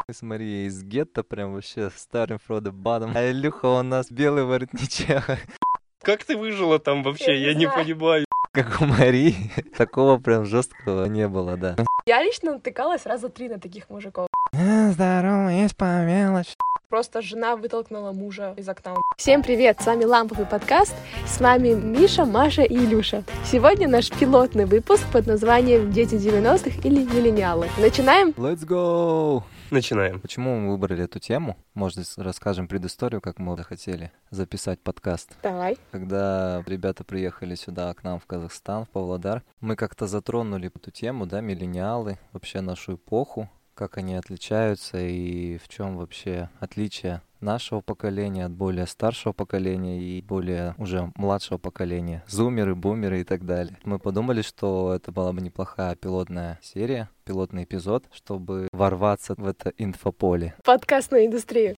С Марией из гетто, прям вообще старым Фродо Бадом. А Илюха у нас белый воротничок. Как ты выжила там вообще? Я не понимаю. Как у Марии. Такого прям жесткого не было, да. Я лично натыкалась раза 3 на таких мужиков. Здорово, есть по мелочи. Просто жена вытолкнула мужа из окна. Всем привет, с вами Ламповый подкаст. С вами Миша, Маша и Илюша. Сегодня наш пилотный выпуск под названием «Дети 90-х» или «Миллениалы». Начинаем? Let's go! Начинаем. Почему мы выбрали эту тему? Может, расскажем предысторию, как мы захотели записать подкаст. Давай. Когда ребята приехали сюда к нам в Казахстан, в Павлодар, мы как-то затронули эту тему, да, миллениалы, вообще нашу эпоху, как они отличаются и в чем вообще отличие нашего поколения от более старшего поколения и более уже младшего поколения, зумеры, бумеры и так далее. Мы подумали, что это была бы неплохая пилотная серия, пилотный эпизод, чтобы ворваться в это инфополе. Подкастную индустрию.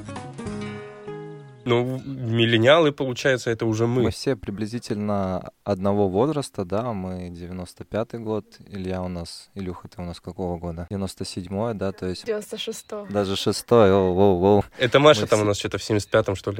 Ну, миллениалы, получается, это уже Мы мы. все приблизительно одного возраста, да, мы 95-й год, Илюха, ты у нас какого года? 97-й, да, то есть 96-го. даже 6-й, оу. Это Маша Мы там все- у нас что-то в 75-м, что ли?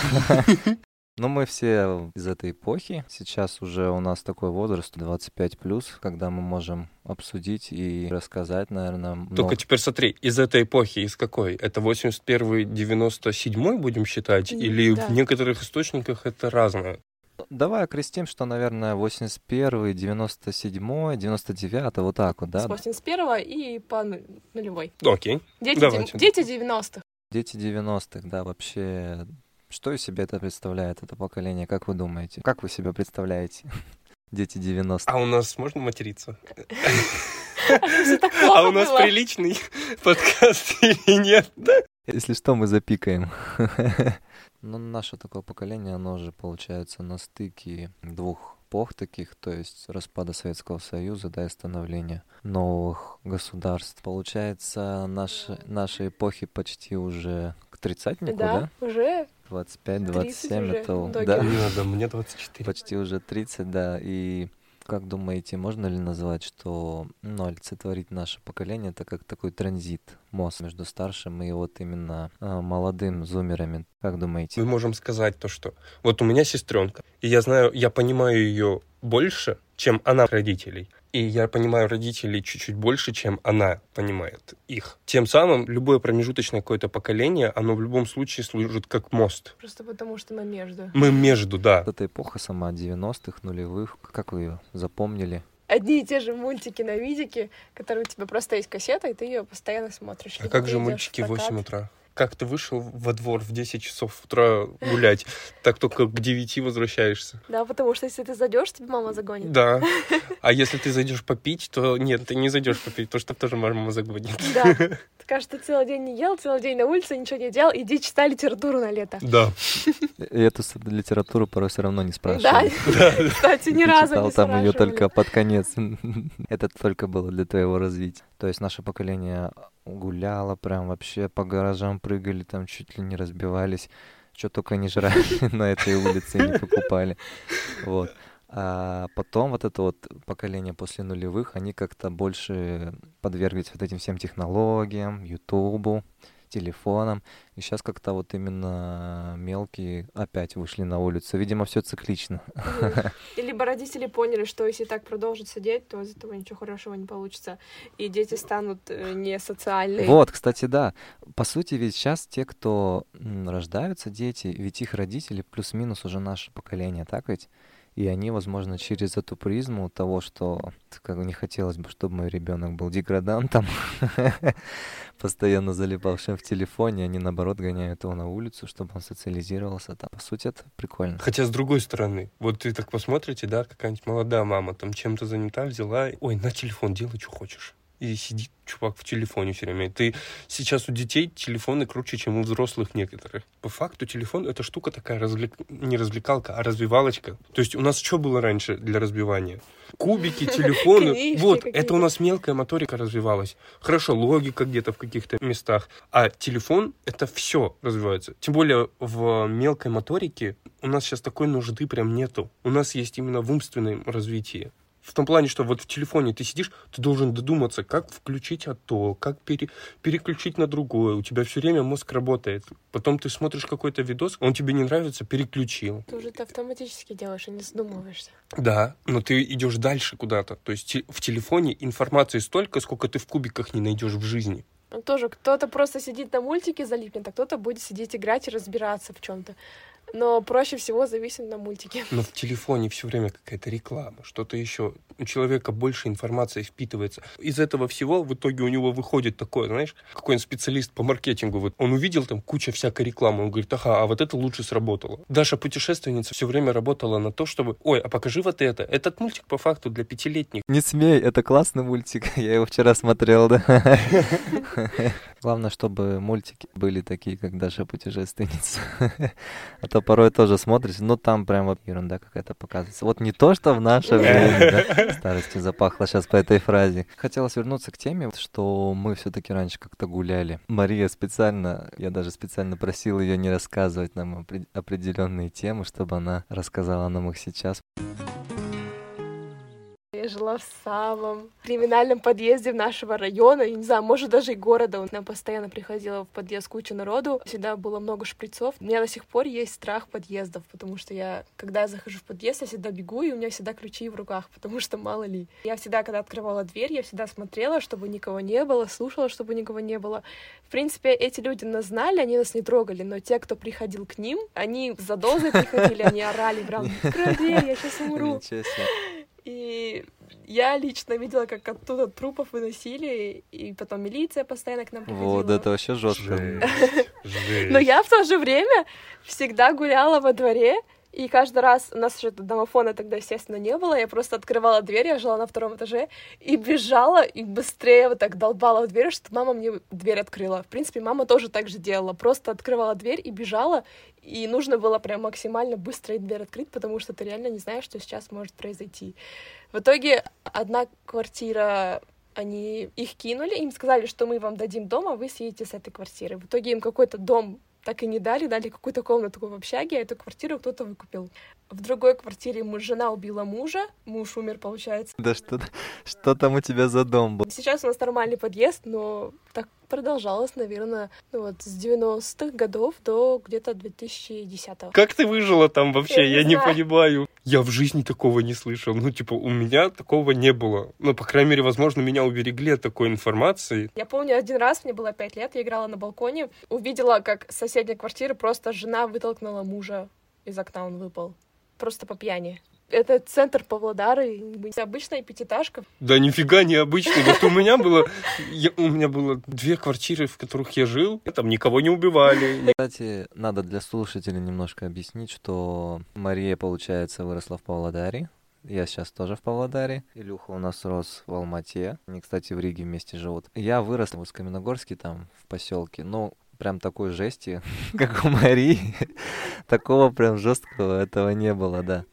Но мы все из этой эпохи. Сейчас уже у нас такой возраст 25+, когда мы можем обсудить и рассказать, наверное, много. Только теперь смотри, из этой эпохи, из какой? Это 81-й, 97-й будем считать? Или Да. в некоторых источниках это разное? Давай окрестим, что, наверное, 81-й, 97-й, 99-й, вот так вот, С да? 81-го и по нулевой. Окей. Давайте. Дети 90-х. Дети 90-х, да, вообще... Что из себя это представляет, это поколение, как вы думаете? Как вы себя представляете, дети 90-х? А у нас можно материться? Всё так А плохо у нас было. приличный подкаст или нет? Если что, мы запикаем. Ну, наше такое поколение, оно же получается на стыке двух эпох таких, то есть распада Советского Союза, да, и становления новых государств. Получается, наши эпохи почти уже к тридцатнику, да? Уже 25-27 уже, это... да, Да, Не надо, мне 24. почти уже 30, да. И как думаете, можно ли назвать, что, олицетворить наше поколение, это как такой транзит, мост между старшим и вот именно молодым зумерами? Как думаете? Мы можем сказать то, что вот у меня сестренка, и я знаю, я понимаю ее больше, чем она родителей. И я понимаю родителей чуть-чуть больше, чем она понимает их. Тем самым любое промежуточное какое-то поколение, оно в любом случае служит как мост. просто потому, что мы между. Мы между, да. Вот эта эпоха сама 90-х, нулевых, как вы ее запомнили? Одни и те же мультики на видике, которые у тебя просто есть кассета, и ты ее постоянно смотришь. А Либо как ты же идёшь мультики в прокат. 8 утра? Как ты вышел во двор в 10 часов утра гулять, так только к 9 возвращаешься? Да, потому что если ты зайдешь, тебе мама загонит. Да. А если ты зайдешь попить, то нет, ты не зайдешь попить, потому что тоже мама загонит. Да. Ты скажешь, ты целый день не ел, целый день на улице, ничего не делал, иди читай литературу на лето. Да. И эту литературу порой все равно не Да, спрашивали. кстати, ни Ты разу читал не там ее спрашивали. только под конец. Это только было для твоего развития. То есть наше поколение гуляло, прям вообще по гаражам прыгали, там чуть ли не разбивались. Что только не жрали на этой улице и не покупали. Вот. А потом вот это вот поколение после нулевых, они как-то больше подверглись вот этим всем технологиям, Ютубу, телефонам. И сейчас как-то вот именно мелкие опять вышли на улицу. Видимо, все циклично. И либо родители поняли, что если так продолжить сидеть, то из этого ничего хорошего не получится. И дети станут не социальные. Вот, кстати, да. По сути, ведь сейчас те, кто рождаются, дети, ведь их родители плюс-минус уже наше поколение, так ведь? И они, возможно, через эту призму того, что как бы не хотелось бы, чтобы мой ребенок был деградантом, постоянно залипавшим в телефоне, они, наоборот, гоняют его на улицу, чтобы он социализировался. Там, по сути, это прикольно. Хотя, с другой стороны, вот ты так посмотрите, да, какая-нибудь молодая мама там чем-то занята, взяла, ой, на телефон, делай, что хочешь. И сидит чувак в телефоне все время. Ты сейчас у детей телефоны круче, чем у взрослых некоторых. По факту телефон — это штука такая, не развлекалка, а развивалочка. То есть у нас что было раньше для разбивания? Кубики, телефоны. Книжки Вот, какие-то. это у нас мелкая моторика развивалась. Хорошо, логика где-то в каких-то местах. А телефон — это все развивается. Тем более в мелкой моторике у нас сейчас такой нужды прям нету. У нас есть именно в умственном развитии. В том плане, что вот в телефоне ты сидишь, ты должен додуматься, как включить то, как переключить на другое. У тебя все время мозг работает. Потом ты смотришь какой-то видос, он тебе не нравится, переключил. Ты уже это автоматически делаешь, и не задумываешься. Да, но ты идешь дальше куда-то. То есть в телефоне информации столько, сколько ты в кубиках не найдешь в жизни. Тоже кто-то просто сидит на мультике залипнет, а кто-то будет сидеть играть и разбираться в чем-то. Но проще всего зависеть на мультике. Но в телефоне все время какая-то реклама, что-то еще. У человека больше информации впитывается. Из этого всего в итоге у него выходит такое, знаешь, какой-нибудь специалист по маркетингу. Вот он увидел там куча всякой рекламы, он говорит, ага, а вот это лучше сработало. Даша, путешественница, все время работала на то, чтобы, ой, а покажи вот это. Этот мультик по факту для 5-летних. Не смей, это классный мультик. Я его вчера смотрел, да. Главное, чтобы мультики были такие, как Даша путешественница. А то порой тоже смотришь, ну там прям вот ерунда какая-то показывается. Вот не то, что в наше время, да, старостью запахло сейчас по этой фразе. Хотелось вернуться к теме, что мы все-таки раньше как-то гуляли. Мария специально, я даже специально просил ее не рассказывать нам определенные темы, чтобы она рассказала нам их сейчас. Я жила в самом криминальном подъезде нашего района, я не знаю, может, даже и города. Нам постоянно приходила в подъезд куча народу, всегда было много шприцов. У меня до сих пор есть страх подъездов, потому что когда я захожу в подъезд, я всегда бегу, и у меня всегда ключи в руках, потому что мало ли. Я всегда, когда открывала дверь, я всегда смотрела, чтобы никого не было, слушала, чтобы никого не было. В принципе, эти люди нас знали, они нас не трогали, но те, кто приходил к ним, они за дозой приходили, они орали, прям, открой дверь, я сейчас умру. И я лично видела, как оттуда трупов выносили, и потом милиция постоянно к нам приходила. Вот, это вообще жестко. Но я в то же время всегда гуляла во дворе, и каждый раз, у нас же домофона тогда, естественно, не было, я просто открывала дверь, я жила на 2-м этаже, и бежала, и быстрее вот так долбала в дверь, что мама мне дверь открыла. В принципе, мама тоже так же делала, просто открывала дверь и бежала, и нужно было прям максимально быстро дверь открыть, потому что ты реально не знаешь, что сейчас может произойти. В итоге одна квартира, они их кинули, им сказали, что мы вам дадим дом, а вы съедете с этой квартиры. В итоге им какой-то дом так и не дали какую-то комнату в общаге, а эту квартиру кто-то выкупил. В другой квартире жена убила мужа, муж умер, получается. Да что там у тебя за дом был? Сейчас у нас нормальный подъезд, но так продолжалось, наверное, с 90-х годов до где-то 2010-го. Как ты выжила там вообще? Я не знаю. понимаю. Я в жизни такого не слышал. У меня такого не было. По крайней мере, возможно, меня уберегли от такой информации. Я помню, один раз, мне было 5 лет, я играла на балконе, увидела, как с соседней квартиры просто жена вытолкнула мужа из окна, он выпал. Просто по пьяни. Это центр Павлодара, обычная пятиэтажка. Да нифига не обычный. Вот у меня было 2 квартиры, в которых я жил, там никого не убивали. Кстати, надо для слушателей немножко объяснить, что Мария, получается, выросла в Павлодаре. Я сейчас тоже в Павлодаре. Илюха у нас рос в Алмате. Они, кстати, в Риге вместе живут. Я вырос в Усть-Каменогорске, там, в поселке. Прям такой жести, как у Марии. Такого прям жесткого этого не было, да.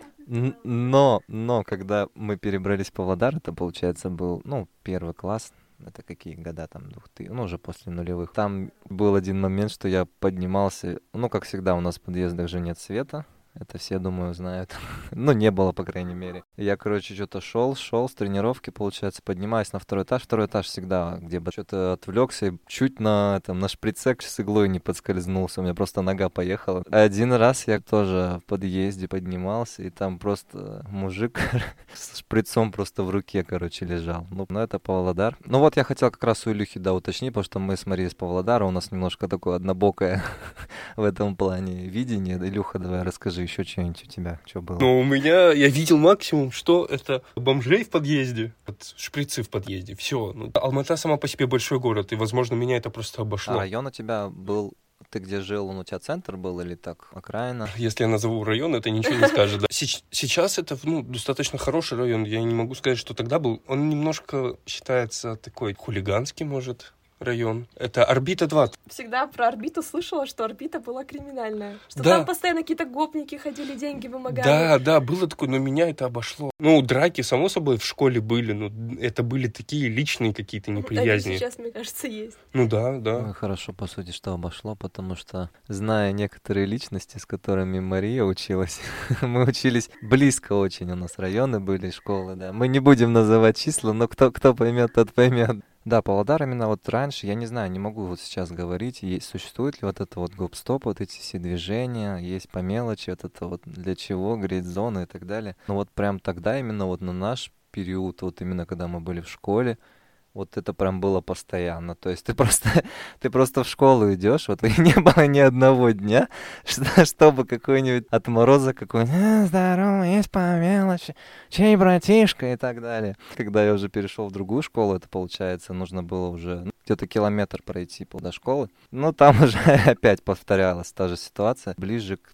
Но когда мы перебрались в Павлодар, это, получается, был, 1 класс, это какие года там, уже после нулевых. Там был один момент, что я поднимался, как всегда, у нас в подъездах же нет света, это все, думаю, знают. Не было, по крайней мере. Я, что-то шел с тренировки, получается, поднимаюсь на 2-й этаж. 2-й этаж всегда, где бы что-то отвлекся, и чуть на шприце с иглой не подскользнулся, у меня просто нога поехала. Один раз я тоже в подъезде поднимался, и там просто мужик с шприцом просто в руке, лежал. Это Павлодар. Я хотел как раз у Илюхи, уточнить, потому что мы с Марией из Павлодара, у нас немножко такое однобокое в этом плане видение. Илюха, давай расскажи еще что-нибудь у тебя, что было? У меня, я видел максимум, что это бомжей в подъезде, шприцы в подъезде, все. Алмата сама по себе большой город, и, возможно, меня это просто обошло. А район у тебя был, ты где жил, он у тебя центр был или так, окраина? Если я назову район, это ничего не скажет. Сейчас это, достаточно хороший район, я не могу сказать, что тогда был. Он немножко считается такой хулиганский, может. район. Это Орбита 2. Всегда про Орбиту слышала, что Орбита была криминальная. Что Да. там постоянно какие-то гопники ходили, деньги вымогали. Да, было такое, но меня это обошло. Ну, драки, само собой, в школе были, но это были такие личные какие-то неприязни. Они сейчас, мне кажется, есть. Ну да. Ну, хорошо, по сути, что обошло, потому что, зная некоторые личности, с которыми Мария училась, мы учились близко очень, у нас районы были, школы, да. Мы не будем называть числа, но кто поймет, тот поймет. Да, Павлодар именно вот раньше, я не знаю, не могу вот сейчас говорить, существует ли вот это вот гоп-стоп, вот эти все движения, есть по мелочи, вот это вот для чего, грейд-зона и так далее. Но вот прям тогда именно вот на наш период, вот именно когда мы были в школе, вот это прям было постоянно. То есть ты просто в школу идешь, вот и не было ни одного дня, чтобы какой-нибудь отморозок какой-нибудь здорово, есть по мелочи, чей братишка и так далее. Когда я уже перешел в другую школу, это получается, нужно было уже где-то километр пройти до школы. Ну, там уже опять повторялась та же ситуация. Ближе к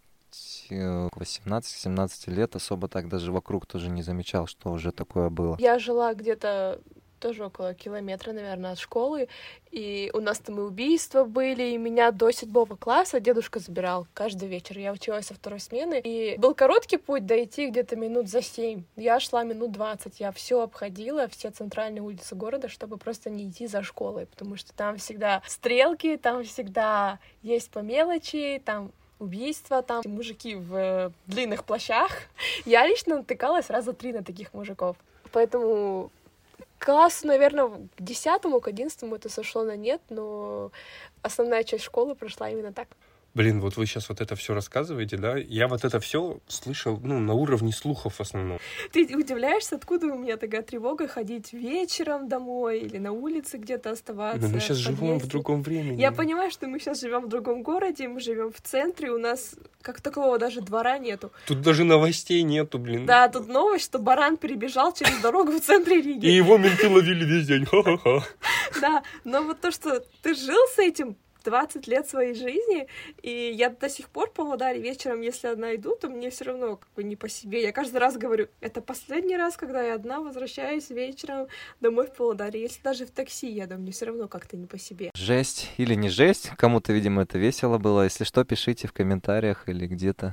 18-17 лет особо так даже вокруг тоже не замечал, что уже такое было. Я жила где-то тоже около километра, наверное, от школы, и у нас там и убийства были, и меня до 7 класса дедушка забирал каждый вечер. Я училась со 2 смены, и был короткий путь дойти где-то минут за 7. Я шла минут 20, я все обходила, все центральные улицы города, чтобы просто не идти за школой, потому что там всегда стрелки, там всегда есть по мелочи, там убийства, там мужики в длинных плащах. Я лично натыкалась раза 3 на таких мужиков. Поэтому классу, наверное, к 10-му, к 11-му это сошло на нет, но основная часть школы прошла именно так. Блин, вот вы сейчас вот это все рассказываете, да? Я вот это все слышал, на уровне слухов в основном. Ты удивляешься, откуда у меня такая тревога ходить вечером домой или на улице где-то оставаться? Но мы сейчас живем в другом времени. Я понимаю, что мы сейчас живем в другом городе, мы живем в центре, у нас как такового даже двора нету. Тут даже новостей нету, блин. Да, тут новость, что баран перебежал через дорогу в центре Риги. И его менты ловили весь день. Ха-ха-ха. Да, но вот то, что ты жил с этим 20 лет своей жизни, и я до сих пор в Павлодаре вечером, если одна иду, то мне все равно как бы не по себе. Я каждый раз говорю, это последний раз, когда я одна возвращаюсь вечером домой в Павлодаре. Если даже в такси еду, мне все равно как-то не по себе. Жесть или не жесть, кому-то, видимо, это весело было. Если что, пишите в комментариях или где-то,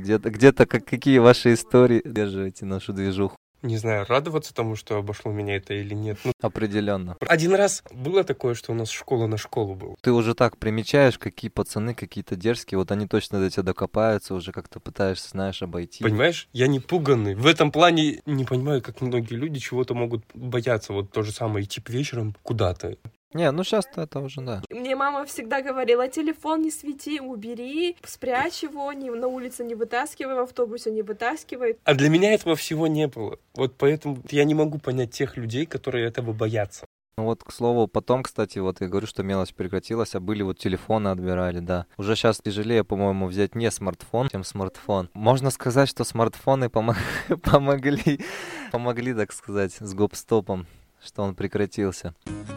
какие ваши истории держите нашу движуху. Не знаю, радоваться тому, что обошло меня это или нет. Определенно. Один раз было такое, что у нас школа на школу была. Ты уже так примечаешь, какие пацаны какие-то дерзкие, вот они точно до тебя докопаются, уже как-то пытаешься, знаешь, обойти. Понимаешь, я не пуганный. В этом плане не понимаю, как многие люди чего-то могут бояться. Вот то же самое, идти вечером куда-то. Не, сейчас-то это уже, да. Мне мама всегда говорила, телефон не свети, убери, спрячь его, на улице не вытаскивай, в автобусе не вытаскивай. А для меня этого всего не было. Вот поэтому я не могу понять тех людей, которые этого боятся. Ну вот, к слову, потом, кстати, вот я говорю, что мелочь прекратилась, а были вот телефоны отбирали, да. Уже сейчас тяжелее, по-моему, взять не смартфон, чем смартфон. Можно сказать, что смартфоны помогли, так сказать, с гоп-стопом, что он прекратился.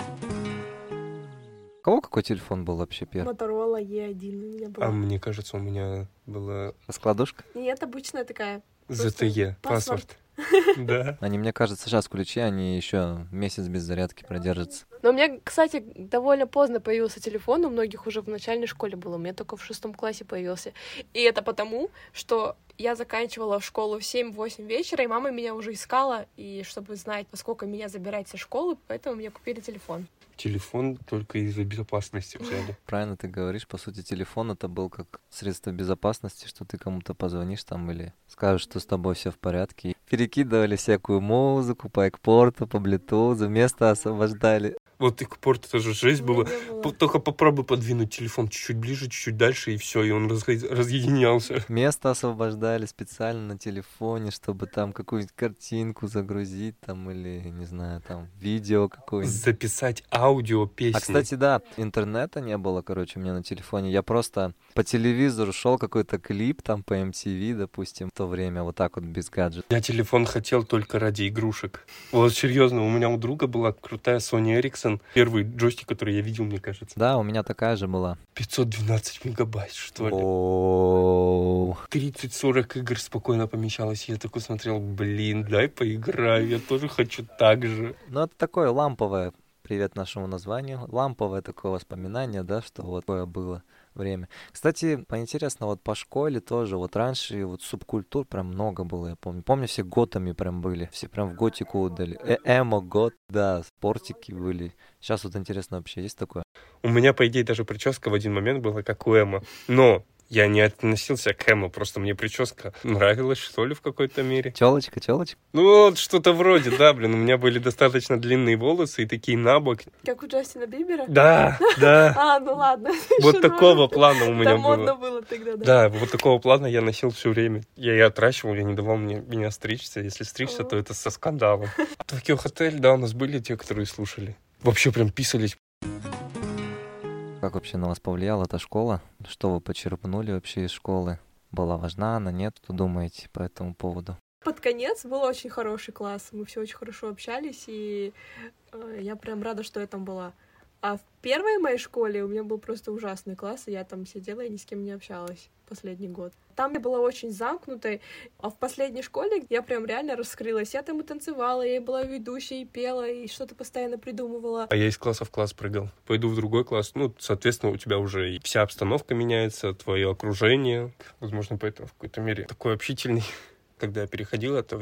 У кого какой телефон был вообще первый? Motorola E1 у меня был. А мне кажется, у меня была Раскладушка? Нет, обычная такая. ZTE, паспорт. Да. Они, мне кажется, сейчас ключи, они еще месяц без зарядки продержатся. Но у меня, кстати, довольно поздно появился телефон, у многих уже в начальной школе было, у меня только в 6 классе появился. И это потому, что я заканчивала школу в 7-8 вечера, и мама меня уже искала, и чтобы знать, поскольку меня забирать со школы, поэтому мне купили телефон. Телефон только из-за безопасности взяли. Правильно ты говоришь, по сути, телефон это был как средство безопасности, что ты кому-то позвонишь там или скажешь, что с тобой все в порядке. Перекидывали всякую музыку по экпорту, по блютузу, место освобождали. Вот экпорт тоже жесть была. Только попробуй подвинуть телефон чуть-чуть ближе, чуть-чуть дальше, и все, и он разъединялся. Место освобождали специально на телефоне, чтобы там какую-нибудь картинку загрузить, там, или, не знаю, там, видео какое-нибудь. Записать аудио песни. А, кстати, да, интернета не было, короче, у меня на телефоне. Я просто по телевизору шел какой-то клип, там, по MTV, допустим, в то время, вот так вот, без гаджета. Я телефон хотел только ради игрушек. Вот, серьезно, у меня у друга была крутая Sony Ericsson. Первый джойстик, который я видел, мне кажется. Да, у меня такая же была. 512 мегабайт, что ли. О, 30-40 игр спокойно помещалось. Я такой смотрел, блин, дай поиграю, я тоже хочу так же. ну это такое ламповое Привет нашему названию. Ламповое такое воспоминание, да, что вот такое было время. Кстати, поинтересно, вот по школе тоже, вот раньше вот субкультур прям много было, я помню. Помню, все готами прям были, все прям в готику удали. Эмо, гот, да, спортики были. Сейчас вот интересно, вообще есть такое? У меня, по идее, даже прическа в один момент была как у Эмо. Но я не относился к Эмо, просто мне прическа нравилась, что ли, в какой-то мере. Челочка? Ну, вот что-то вроде, да, блин. У меня были достаточно длинные волосы и такие набок. Как у Джастина Бибера? Да. Ну ладно. Вот такого плана у меня Там модно было. было тогда, да. Да, вот такого плана я носил все время. Я и отращивал, я не давал меня стричься. Если стричься, то это со скандалом. Tokyo Hotel, да, у нас были те, которые слушали. Вообще прям писались. Как вообще на вас повлияла эта школа? Что вы почерпнули вообще из школы? Была важна она, нет? Что думаете по этому поводу? Под конец был очень хороший класс, мы все очень хорошо общались, и я прям рада, что я там была. А в первой моей школе у меня был просто ужасный класс, и я там сидела и ни с кем не общалась последний год. Там я была очень замкнутой, а в последней школе я прям реально раскрылась. Я там и танцевала, я и была ведущей, и пела, и что-то постоянно придумывала. А я из класса в класс прыгал. Пойду в другой класс. Ну, соответственно, у тебя уже и вся обстановка меняется, твое окружение. Возможно, поэтому в какой-то мере такой общительный. Когда я переходил это в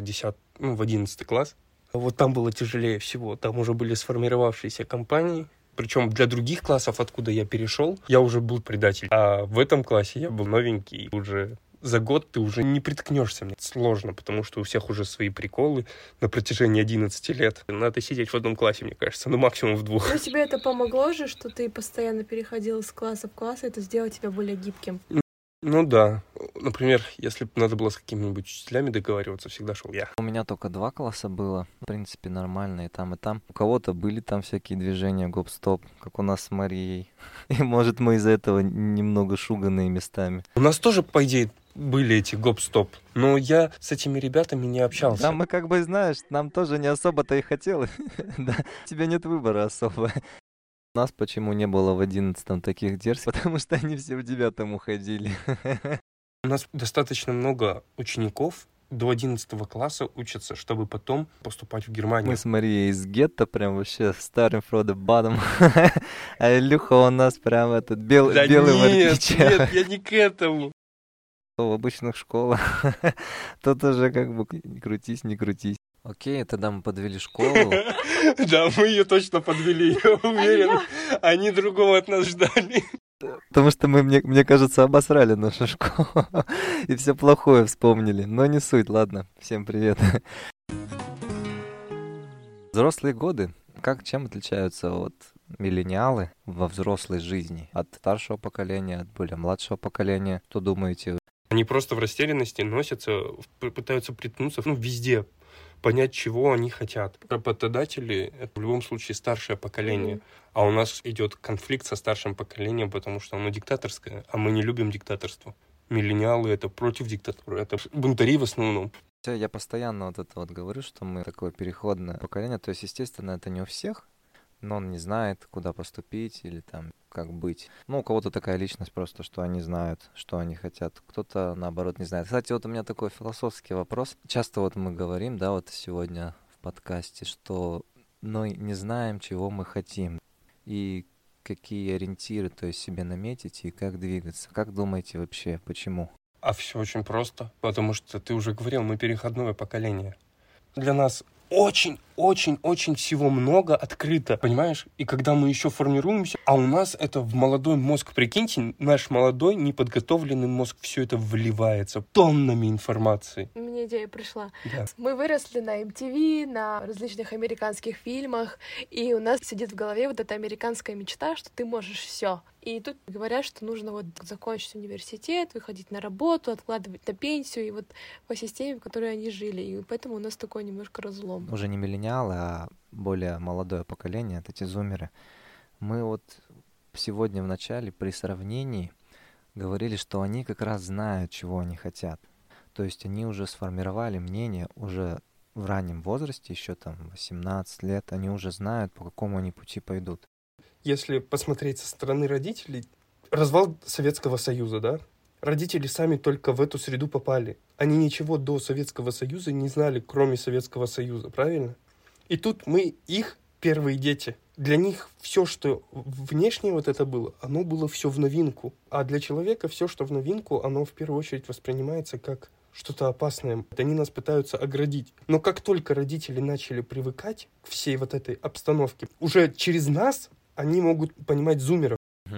11 класс, вот там было тяжелее всего. Там уже были сформировавшиеся компании. Причем для других классов, откуда я перешел, я уже был предатель. А в этом классе я был новенький. Уже за год ты уже не приткнешься. Мне сложно, потому что у всех уже свои приколы на протяжении 11 лет. Надо сидеть в одном классе, мне кажется, ну максимум в 2. Но тебе это помогло же, что ты постоянно переходил из класса в класс, и это сделало тебя более гибким? Ну да. Например, если бы надо было с какими-нибудь учителями договариваться, всегда шел я. У меня только 2 класса было. В принципе, нормально и там, и там. У кого-то были там всякие движения гоп-стоп, как у нас с Марией. И, может, мы из-за этого немного шуганные местами. У нас тоже, по идее, были эти гоп-стоп, но я с этими ребятами не общался. Да, мы как бы, знаешь, нам тоже не особо-то и хотелось. Да, у тебя нет выбора особо. У нас почему не было в 11-м таких дерзких? Потому что они все в 9-м уходили. У нас достаточно много учеников до 11 класса учатся, чтобы потом поступать в Германию. Мы с Марией из гетто прям вообще старым Фродо Бадом. А Илюха у нас прям этот белый воротничок. Нет, я не к этому. В обычных школах. Тут уже как бы крутись, не крутись. Окей, тогда мы подвели школу. Да, мы ее точно подвели, я уверен. Они другого от нас ждали. Потому что мы, мне кажется, обосрали нашу школу. И все плохое вспомнили. Но не суть, ладно. Всем привет. Взрослые годы. Чем отличаются от миллениалы во взрослой жизни? От старшего поколения, от более младшего поколения? Что думаете? Они просто в растерянности носятся, пытаются приткнуться, везде, понять, чего они хотят. Работодатели — это в любом случае старшее поколение. А у нас идет конфликт со старшим поколением, потому что оно диктаторское, а мы не любим диктаторство. Миллениалы — это против диктатуры, это бунтари в основном. Я постоянно вот это вот говорю, что мы такое переходное поколение. То есть, естественно, это не у всех, но он не знает, куда поступить или там как быть. У кого-то такая личность просто, что они знают, что они хотят. Кто-то, наоборот, не знает. Кстати, вот у меня такой философский вопрос. Часто вот мы говорим, да, вот сегодня в подкасте, что не знаем, чего мы хотим. И какие ориентиры, то есть себе наметить и как двигаться. Как думаете вообще, почему? А все очень просто, потому что ты уже говорил, мы переходное поколение. Для нас очень всего много открыто, понимаешь? И когда мы еще формируемся, а у нас это в молодой мозг, прикиньте, наш молодой неподготовленный мозг, все это вливается тоннами информации. Мне идея пришла. Да. Мы выросли на MTV, на различных американских фильмах, и у нас сидит в голове вот эта американская мечта, что ты можешь все. И тут говорят, что нужно вот закончить университет, выходить на работу, откладывать на пенсию, и вот по системе, в которой они жили. И поэтому у нас такой немножко разлом. Уже не миллениалы, а более молодое поколение, это эти зумеры. Мы вот сегодня в начале при сравнении говорили, что они как раз знают, чего они хотят. То есть они уже сформировали мнение уже в раннем возрасте, еще там 18 лет, они уже знают, по какому они пути пойдут. Если посмотреть со стороны родителей, развал Советского Союза, да? Родители сами только в эту среду попали. Они ничего до Советского Союза не знали, кроме Советского Союза, правильно? И тут мы их первые дети. Для них все, что внешне вот это было, оно было все в новинку. А для человека все, что в новинку, оно в первую очередь воспринимается как что-то опасное. Они нас пытаются оградить. Но как только родители начали привыкать к всей вот этой обстановке, уже через нас они могут понимать зумеров.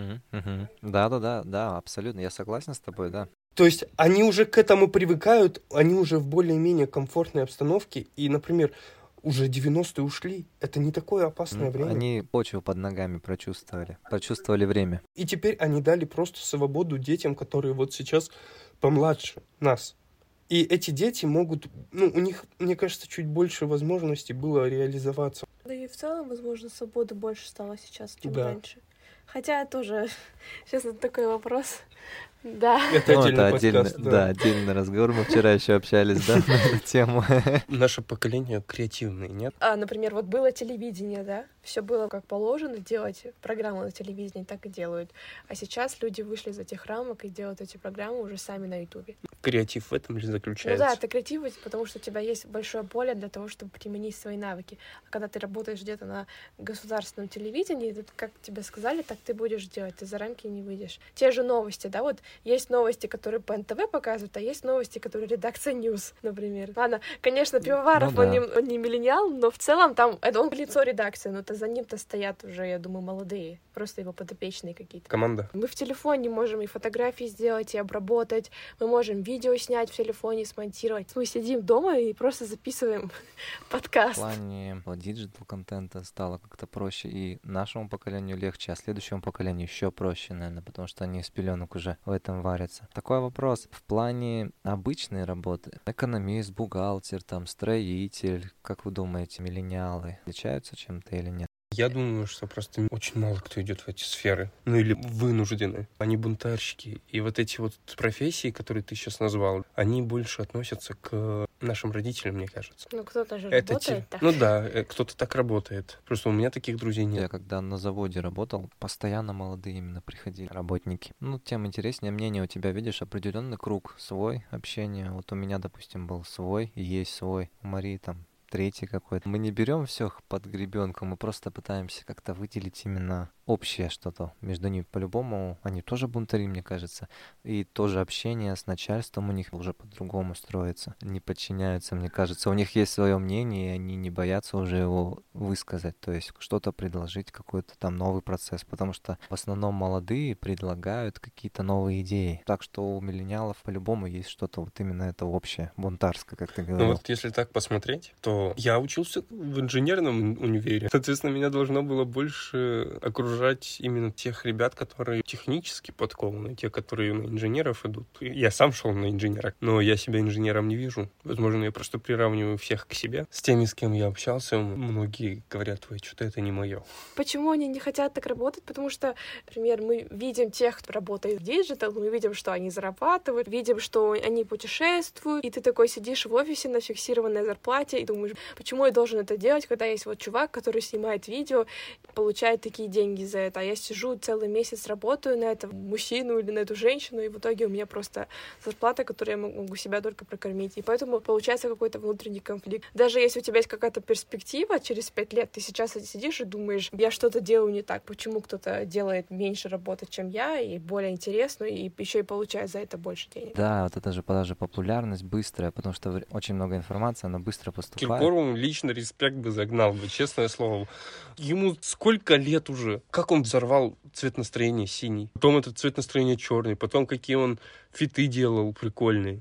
Да, абсолютно. Я согласен с тобой, да. То есть они уже к этому привыкают, они уже в более-менее комфортной обстановке. И, например, уже 90-е ушли. Это не такое опасное время. Они почву под ногами прочувствовали время. И теперь они дали просто свободу детям, которые вот сейчас помладше нас. И эти дети могут, у них, мне кажется, чуть больше возможностей было реализоваться. Да и в целом, возможно, свободы больше стало сейчас, чем Да. раньше. Хотя тоже, сейчас это такой вопрос. Да. Это отдельный подкаст. Отдельный разговор. Мы вчера еще общались, да, на эту тему. Наше поколение креативное, нет? Например, вот было телевидение, да? Все было как положено делать программы на телевидении, так и делают. А сейчас люди вышли из этих рамок и делают эти программы уже сами на Ютубе. Креатив в этом ли заключается? Ну да, это креативность, потому что у тебя есть большое поле для того, чтобы применить свои навыки. А когда ты работаешь где-то на государственном телевидении, это, как тебе сказали, так ты будешь делать, ты за рамки не выйдешь. Те же новости, да, вот есть новости, которые по НТВ показывают, а есть новости, которые редакция Ньюс, например. Ладно, конечно, Пивоваров, он не миллениал, но в целом там, это он лицо редакции, но за ним-то стоят уже, я думаю, молодые, просто его подопечные какие-то. Команда. Мы в телефоне можем и фотографии сделать, и обработать, мы можем видео снять в телефоне, смонтировать. Мы сидим дома и просто записываем подкаст. В плане диджитал-контента стало как-то проще, и нашему поколению легче, а следующему поколению еще проще, наверное, потому что они с пеленок уже в этом варятся. Такой вопрос. В плане обычной работы, экономист, бухгалтер, там, строитель, как вы думаете, миллениалы отличаются чем-то или нет? Я думаю, что просто очень мало кто идет в эти сферы. Или вынуждены. Они бунтарщики. И вот эти вот профессии, которые ты сейчас назвал, они больше относятся к нашим родителям, мне кажется. Ну, кто-то же работает так. Ну да, кто-то так работает. Просто у меня таких друзей нет. Я когда на заводе работал, постоянно молодые именно приходили работники. Тем интереснее мнение у тебя, видишь, определенный круг свой общения. Вот у меня, допустим, был свой, и есть свой. У Марии там третий какой-то. Мы не берем всех под гребенку, мы просто пытаемся как-то выделить именно общее что-то между ними. По-любому они тоже бунтари, мне кажется. И тоже общение с начальством у них уже по-другому строится. Не подчиняются, мне кажется. У них есть свое мнение, и они не боятся уже его высказать. То есть что-то предложить, какой-то там новый процесс. Потому что в основном молодые предлагают какие-то новые идеи. Так что у миллениалов по-любому есть что-то вот именно это общее, бунтарское, как ты говорил. Ну вот если так посмотреть, то я учился в инженерном универе. Соответственно, меня должно было больше окружать именно тех ребят, которые технически подкованы, те, которые на инженеров идут. Я сам шел на инженера, но я себя инженером не вижу. Возможно, я просто приравниваю всех к себе. С теми, с кем я общался, многие говорят: ой, что-то это не мое. Почему они не хотят так работать? Потому что, например, мы видим тех, кто работает в диджитал, мы видим, что они зарабатывают, видим, что они путешествуют, и ты такой сидишь в офисе на фиксированной зарплате и думаешь, почему я должен это делать, когда есть вот чувак, который снимает видео, получает такие деньги за это, а я сижу целый месяц, работаю на этого мужчину или на эту женщину, и в итоге у меня просто зарплата, которую я могу себя только прокормить. И поэтому получается какой-то внутренний конфликт. Даже если у тебя есть какая-то перспектива через 5 лет, ты сейчас сидишь и думаешь, я что-то делаю не так, почему кто-то делает меньше работы, чем я, и более интересную, и еще и получает за это больше денег. Да, вот это же даже популярность быстрая, потому что очень много информации, она быстро поступает. Киркорову лично респект бы загнал бы, честное слово. Ему сколько лет уже? Как он взорвал цвет настроения синий? Потом этот цвет настроения черный, потом какие он фиты делал прикольные.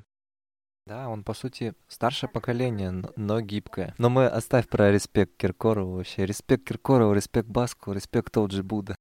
Да, он, по сути, старшее поколение, но гибкое. Но мы оставь про респект Киркорову вообще. Респект Киркорову, респект Баску, респект тот же Будда.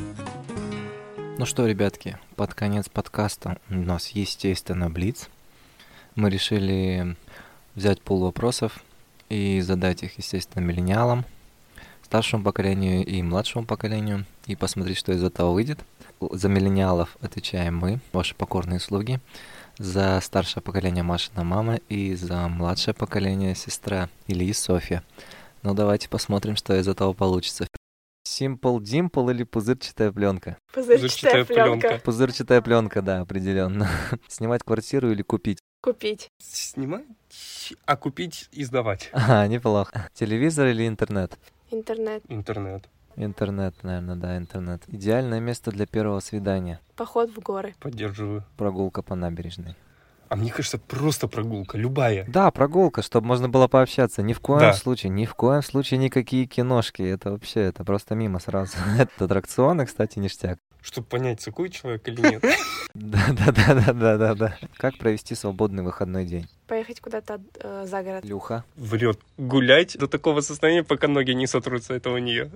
Ну что, ребятки, под конец подкаста у нас, естественно, блиц. Мы решили взять пул вопросов и задать их, естественно, миллениалам, старшему поколению и младшему поколению, и посмотреть, что из этого выйдет. За миллениалов отвечаем мы, ваши покорные слуги. За старшее поколение Машина мама и за младшее поколение сестра Ильи Софья. Ну давайте посмотрим, что из этого получится. Simple Dimple или пузырчатая пленка? Пузырчатая пленка. Пузырчатая пленка, да, определенно. Снимать квартиру или купить? Купить. Снимать, а купить и сдавать. Неплохо. Телевизор или интернет? Интернет. Интернет. Интернет, наверное, да, интернет. Идеальное место для первого свидания. Поход в горы. Поддерживаю. Прогулка по набережной. А мне кажется, просто прогулка, любая. Да, прогулка, чтобы можно было пообщаться. Ни в коем Да. случае никакие киношки. Это вообще, это просто мимо сразу. Это аттракционы, кстати, ништяк. Чтобы понять, такой человек или нет. Да. Как провести свободный выходной день? Поехать куда-то за город. Люха. Врет. Гулять до такого состояния, пока ноги не сотрутся этого нее.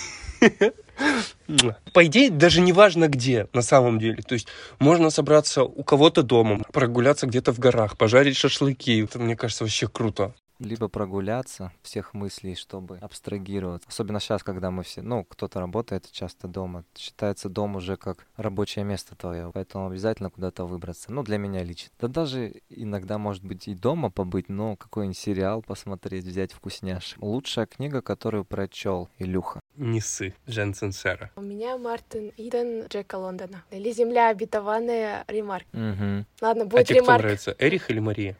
По идее, даже не важно где, на самом деле. То есть можно собраться у кого-то дома, прогуляться где-то в горах, пожарить шашлыки. Это, мне кажется, вообще круто. Либо прогуляться всех мыслей, чтобы абстрагироваться. Особенно сейчас, когда мы все, кто-то работает часто дома. Считается дом уже как рабочее место твое. Поэтому обязательно куда-то выбраться. Для меня лично. Да даже иногда, может быть, и дома побыть, но какой-нибудь сериал посмотреть, взять вкусняшек. Лучшая книга, которую прочел Илюха. Не ссы, Дженсен Сера. У меня Мартин Иден Джека Лондона. Или «Земля обетованная» Ремарк. Угу. Ладно, А будет тебе кто Ремарк. нравится, Эрих или Мария?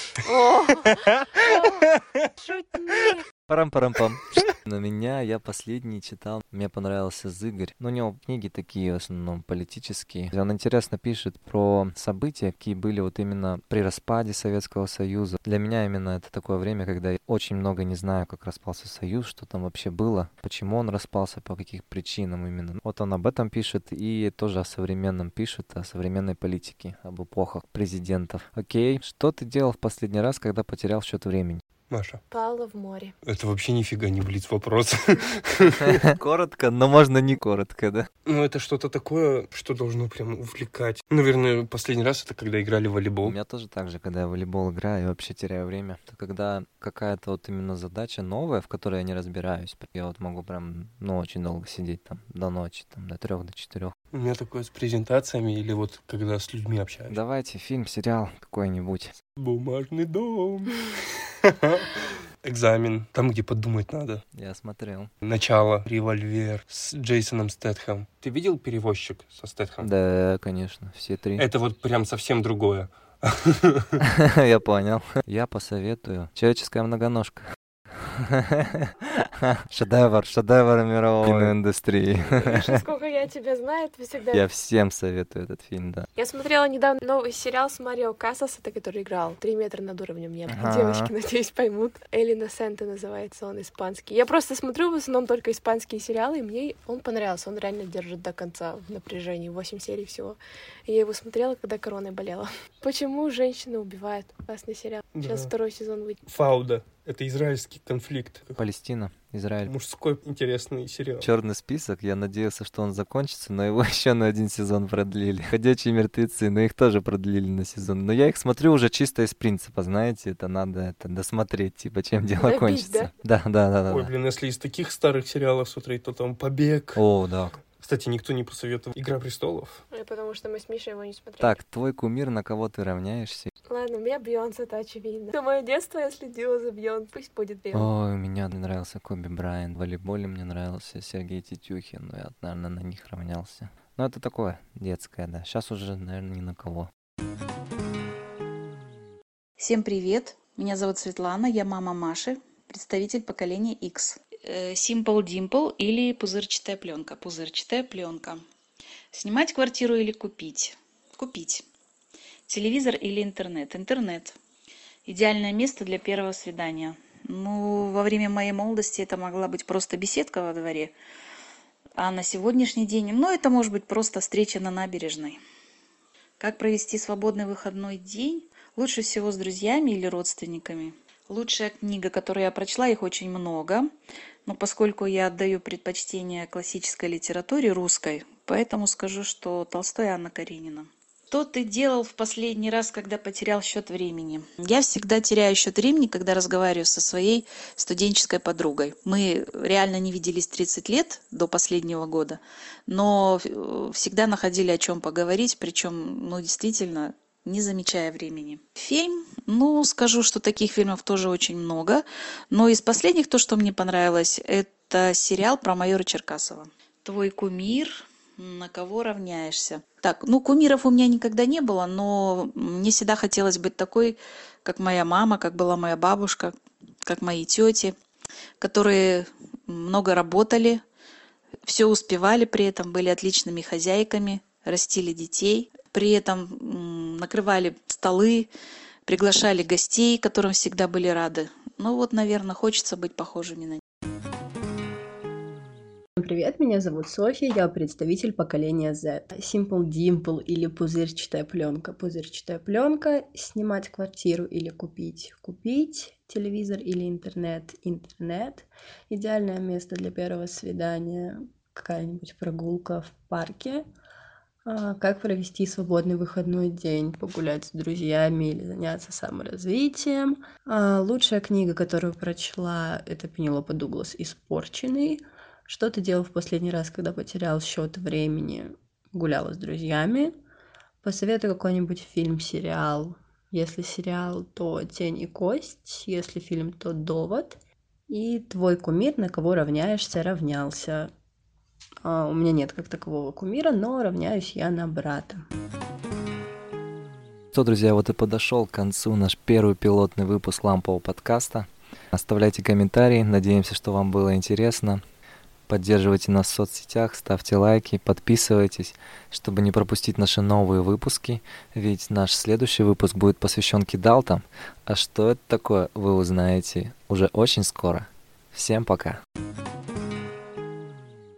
Шутник. Парам-парам-пам. На меня я последний читал. Мне понравился Зыгорь. У него книги такие, в основном, политические. Он интересно пишет про события, какие были вот именно при распаде Советского Союза. Для меня именно это такое время, когда я очень много не знаю, как распался Союз, что там вообще было, почему он распался, по каких причинам именно. Вот он об этом пишет и тоже о современном пишет, о современной политике, об эпохах президентов. Окей, что ты делал в последний раз, когда потерял счет времени? Маша. Плавала в море. Это вообще нифига не блиц-вопрос. Коротко, но можно не коротко, да? Это что-то такое, что должно прям увлекать. Наверное, последний раз это когда играли в У волейбол. меня тоже так же, когда я в волейбол играю, я вообще теряю время. Это когда какая-то вот именно задача новая, в которой я не разбираюсь. Я вот могу прям, очень долго сидеть там, до ночи, там, до 3, до 4. У меня такое с презентациями или вот когда с людьми общаюсь. Давайте фильм, сериал какой-нибудь. Бумажный дом. Экзамен. Там, где подумать надо. Я смотрел. Начало. Револьвер. С Джейсоном Стэтхэм. Ты видел «Перевозчик» со Стэтхэм? Да, конечно, все 3. Это вот прям совсем другое. Я понял. Я посоветую «Человеческая многоножка». Шедевр мировой киноиндустрии. Насколько я тебя знаю, ты всегда... Я всем советую этот фильм, да. Я смотрела недавно новый сериал с Марио Касас, это который играл 3 метра над уровнем неба. Девочки, надеюсь, поймут. «El Inocente» называется, он испанский. Я просто смотрю в основном только испанские сериалы, и мне он понравился. Он реально держит до конца в напряжении. 8 серий всего. И я его смотрела, когда короной болела. Почему женщины убивают? Классный сериал. Сейчас Да. 2-й сезон выйдет. Фауда. Это израильский конфликт. Палестина, Израиль. Мужской интересный сериал. Черный список, я надеялся, что он закончится, но его еще на 1 сезон продлили. Ходячие мертвецы, но их тоже продлили на сезон. Но я их смотрю уже чисто из принципа, знаете, это надо досмотреть, чем дело Добить, кончится. Да. Ой, блин, если из таких старых сериалов смотреть, то там «Побег». О, да. Кстати, никто не посоветовал «Игра престолов». Потому что мы с Мишей его не смотрели. Так, твой кумир, на кого ты равняешься? Ладно, у меня Бейонсе, это очевидно. Все мое детство я следила за Бейонсе. Пусть будет Бейонсе. Ой, мне нравился Коби Брайант. В волейболе мне нравился Сергей Тетюхин. Я, наверное, на них равнялся. Но это такое детское, да. Сейчас уже, наверное, ни на кого. Всем привет! Меня зовут Светлана, я мама Маши, представитель поколения X. Simple Dimple или пузырчатая пленка. Пузырчатая пленка. Снимать квартиру или купить? Купить. Телевизор или интернет? Интернет. Идеальное место для первого свидания. Во время моей молодости это могла быть просто беседка во дворе. А на сегодняшний день, это может быть просто встреча на набережной. Как провести свободный выходной день? Лучше всего с друзьями или родственниками. Лучшая книга, которую я прочла, их очень много. Но поскольку я отдаю предпочтение классической литературе русской, поэтому скажу, что Толстой и Анна Каренина. Что ты делал в последний раз, когда потерял счет времени? Я всегда теряю счет времени, когда разговариваю со своей студенческой подругой. Мы реально не виделись 30 лет до последнего года, но всегда находили о чем поговорить, причем, действительно, не замечая времени. Фильм, скажу, что таких фильмов тоже очень много, но из последних то, что мне понравилось, это сериал про майора Черкасова. Твой кумир, на кого равняешься? Так, кумиров у меня никогда не было, но мне всегда хотелось быть такой, как моя мама, как была моя бабушка, как мои тети, которые много работали, все успевали при этом, были отличными хозяйками, растили детей, при этом накрывали столы, приглашали гостей, которым всегда были рады. Ну вот, наверное, хочется быть похожими на них. Привет, меня зовут Софья, я представитель поколения Z. Simple Dimple или пузырчатая пленка. Пузырчатая пленка, снимать квартиру или купить. Купить телевизор или интернет. Интернет. Идеальное место для первого свидания. Какая-нибудь прогулка в парке. Как провести свободный выходной день, погулять с друзьями или заняться саморазвитием. Лучшая книга, которую прочла, это Пенелопа Дуглас «Испорченный». Что ты делал в последний раз, когда потерял счет времени? Гуляла с друзьями. Посоветуй какой-нибудь фильм, сериал. Если сериал, то «Тень и кость». Если фильм, то «Довод». И твой кумир, на кого равняешься, равнялся. У меня нет как такового кумира, но равняюсь я на брата. Что, друзья, вот и подошел к концу наш первый пилотный выпуск лампового подкаста. Оставляйте комментарии, надеемся, что вам было интересно. Поддерживайте нас в соцсетях, ставьте лайки, подписывайтесь, чтобы не пропустить наши новые выпуски, ведь наш следующий выпуск будет посвящен кидалтам. А что это такое, вы узнаете уже очень скоро. Всем пока!